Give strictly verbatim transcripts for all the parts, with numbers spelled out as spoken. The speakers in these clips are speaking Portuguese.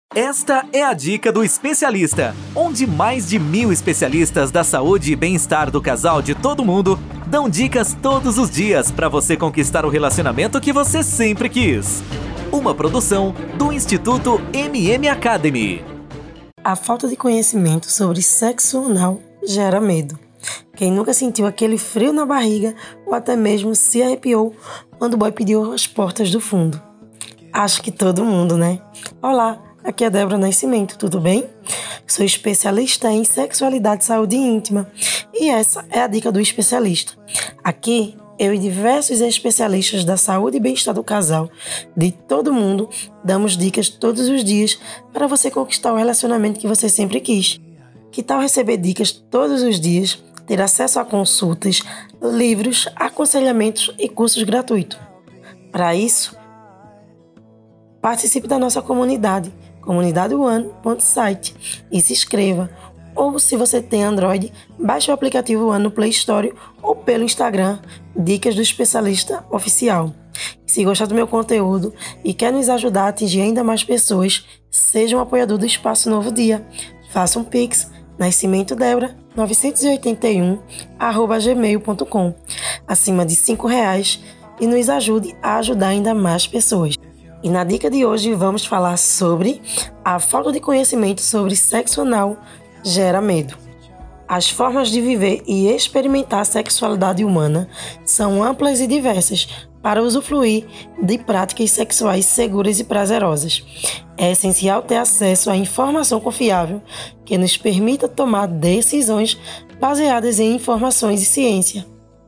Esta é a dica do especialista, onde mais de mil especialistas da saúde e bem-estar do casal de todo mundo dão dicas todos os dias para você conquistar o relacionamento que você sempre quis. Uma produção do Instituto M M Academy. A falta de conhecimento sobre sexo anal gera medo. Quem nunca sentiu aquele frio na barriga ou até mesmo se arrepiou quando o boy pediu as portas do fundo? Acho que todo mundo, né? Olá! Aqui é Débora Nascimento, tudo bem? Sou especialista em sexualidade e saúde íntima e essa é a dica do especialista. Aqui, eu e diversos especialistas da saúde e bem-estar do casal de todo mundo damos dicas todos os dias para você conquistar o relacionamento que você sempre quis. Que tal receber dicas todos os dias, ter acesso a consultas, livros, aconselhamentos e cursos gratuitos? Para isso, participe da nossa comunidade, comunidade one ponto site, e se inscreva. Ou, se você tem Android, baixe o aplicativo One no Play Store ou pelo Instagram, Dicas do Especialista Oficial. Se gostar do meu conteúdo e quer nos ajudar a atingir ainda mais pessoas, seja um apoiador do Espaço Novo Dia. Faça um Pix, nascimentodebra novecentos e oitenta e um arroba gmail ponto com, acima de cinco reais, e nos ajude a ajudar ainda mais pessoas. E na dica de hoje vamos falar sobre a falta de conhecimento sobre sexo anal gera medo. As formas de viver e experimentar a sexualidade humana são amplas e diversas para usufruir de práticas sexuais seguras e prazerosas. É essencial ter acesso a informação confiável que nos permita tomar decisões baseadas em informações e ciência.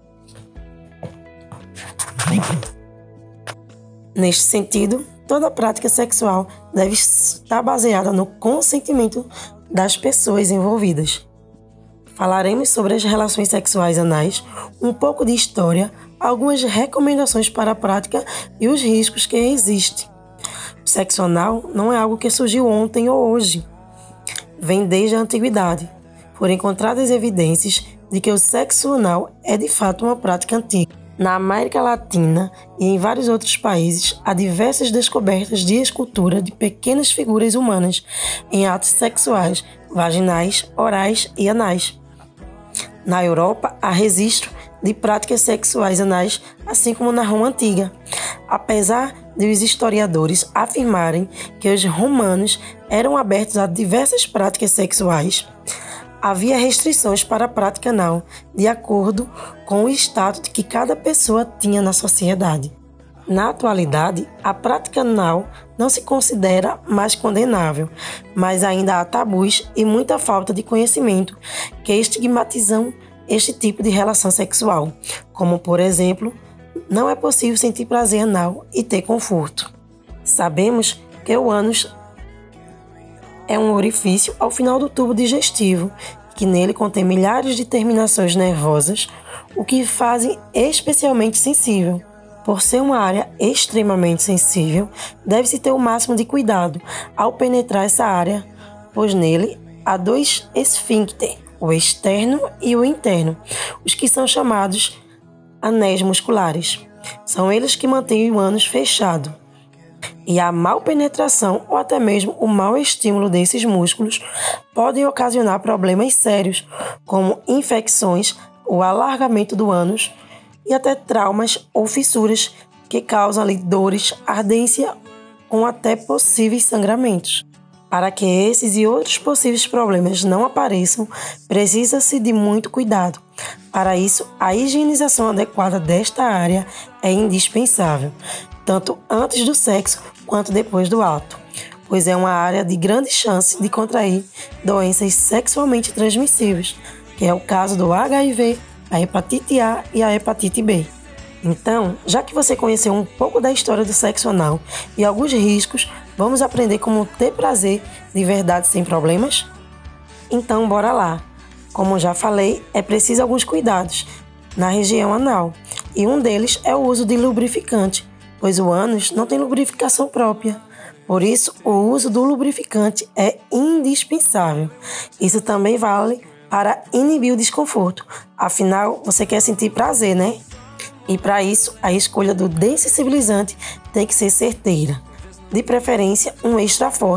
Neste sentido, toda prática sexual deve estar baseada no consentimento das pessoas envolvidas. Falaremos sobre as relações sexuais anais, um pouco de história, algumas recomendações para a prática e os riscos que existem. O sexo anal não é algo que surgiu ontem ou hoje. Vem desde a antiguidade. Foram encontradas evidências de que o sexo anal é de fato uma prática antiga. Na América Latina e em vários outros países, há diversas descobertas de escultura de pequenas figuras humanas em atos sexuais, vaginais, orais e anais. Na Europa, há registro de práticas sexuais anais, assim como na Roma Antiga. Apesar de os historiadores afirmarem que os romanos eram abertos a diversas práticas sexuais, havia restrições para a prática anal, de acordo com o status que cada pessoa tinha na sociedade. Na atualidade, a prática anal não se considera mais condenável, mas ainda há tabus e muita falta de conhecimento que estigmatizam este tipo de relação sexual, como, por exemplo, não é possível sentir prazer anal e ter conforto. Sabemos que o ânus é um orifício ao final do tubo digestivo, que nele contém milhares de terminações nervosas, o que fazem especialmente sensível. Por ser uma área extremamente sensível, deve-se ter o máximo de cuidado ao penetrar essa área, pois nele há dois esfíncteres, o externo e o interno, os que são chamados anéis musculares. São eles que mantêm o ânus fechado. E a mal penetração ou até mesmo o mau estímulo desses músculos podem ocasionar problemas sérios, como infecções, o alargamento do ânus e até traumas ou fissuras que causam ali dores, ardência com até possíveis sangramentos. Para que esses e outros possíveis problemas não apareçam, precisa-se de muito cuidado. Para isso, a higienização adequada desta área é indispensável, tanto antes do sexo quanto depois do ato, pois é uma área de grande chance de contrair doenças sexualmente transmissíveis, que é o caso do H I V, a hepatite A e a hepatite B. Então, já que você conheceu um pouco da história do sexo anal e alguns riscos, vamos aprender como ter prazer de verdade sem problemas? Então, bora lá! Como já falei, é preciso alguns cuidados na região anal, e um deles é o uso de lubrificante, pois o ânus não tem lubrificação própria. Por isso, o uso do lubrificante é indispensável. Isso também vale para inibir o desconforto. Afinal, você quer sentir prazer, né? E para isso, a escolha do dessensibilizante tem que ser certeira. De preferência, um extra forte,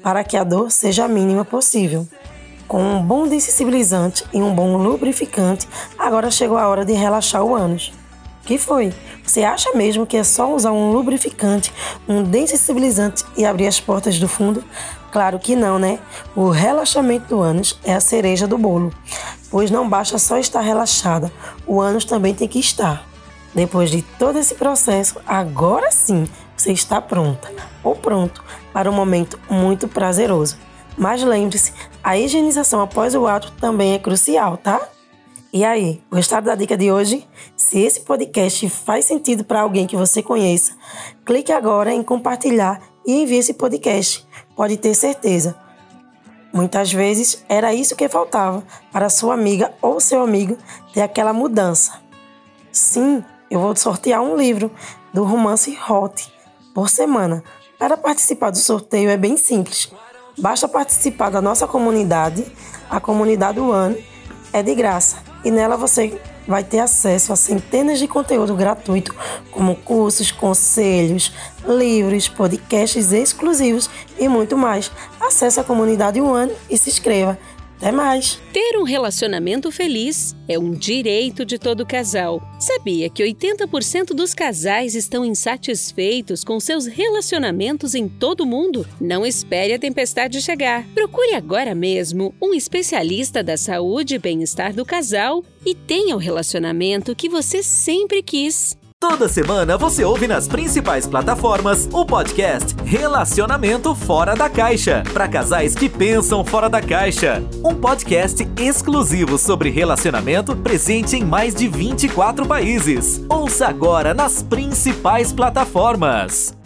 para que a dor seja a mínima possível. Com um bom dessensibilizante e um bom lubrificante, agora chegou a hora de relaxar o ânus. Que foi? Você acha mesmo que é só usar um lubrificante, um dessensibilizante e abrir as portas do fundo? Claro que não, né? O relaxamento do ânus é a cereja do bolo, pois não basta só estar relaxada, o ânus também tem que estar. Depois de todo esse processo, agora sim você está pronta ou pronto para um momento muito prazeroso. Mas lembre-se, a higienização após o ato também é crucial, tá? E aí, gostaram da dica de hoje? Se esse podcast faz sentido para alguém que você conheça, clique agora em compartilhar e envie esse podcast. Pode ter certeza. Muitas vezes era isso que faltava para sua amiga ou seu amigo ter aquela mudança. Sim, eu vou sortear um livro do romance Hot por semana. Para participar do sorteio é bem simples. Basta participar da nossa comunidade, a comunidade One é de graça. E nela você vai ter acesso a centenas de conteúdo gratuito, como cursos, conselhos, livros, podcasts exclusivos e muito mais. Acesse a comunidade One e se inscreva. Até mais! Ter um relacionamento feliz é um direito de todo casal. Sabia que oitenta por cento dos casais estão insatisfeitos com seus relacionamentos em todo o mundo? Não espere a tempestade chegar. Procure agora mesmo um especialista da saúde e bem-estar do casal e tenha o relacionamento que você sempre quis. Toda semana você ouve nas principais plataformas o podcast Relacionamento Fora da Caixa, para casais que pensam fora da caixa. Um podcast exclusivo sobre relacionamento presente em mais de vinte e quatro países. Ouça agora nas principais plataformas.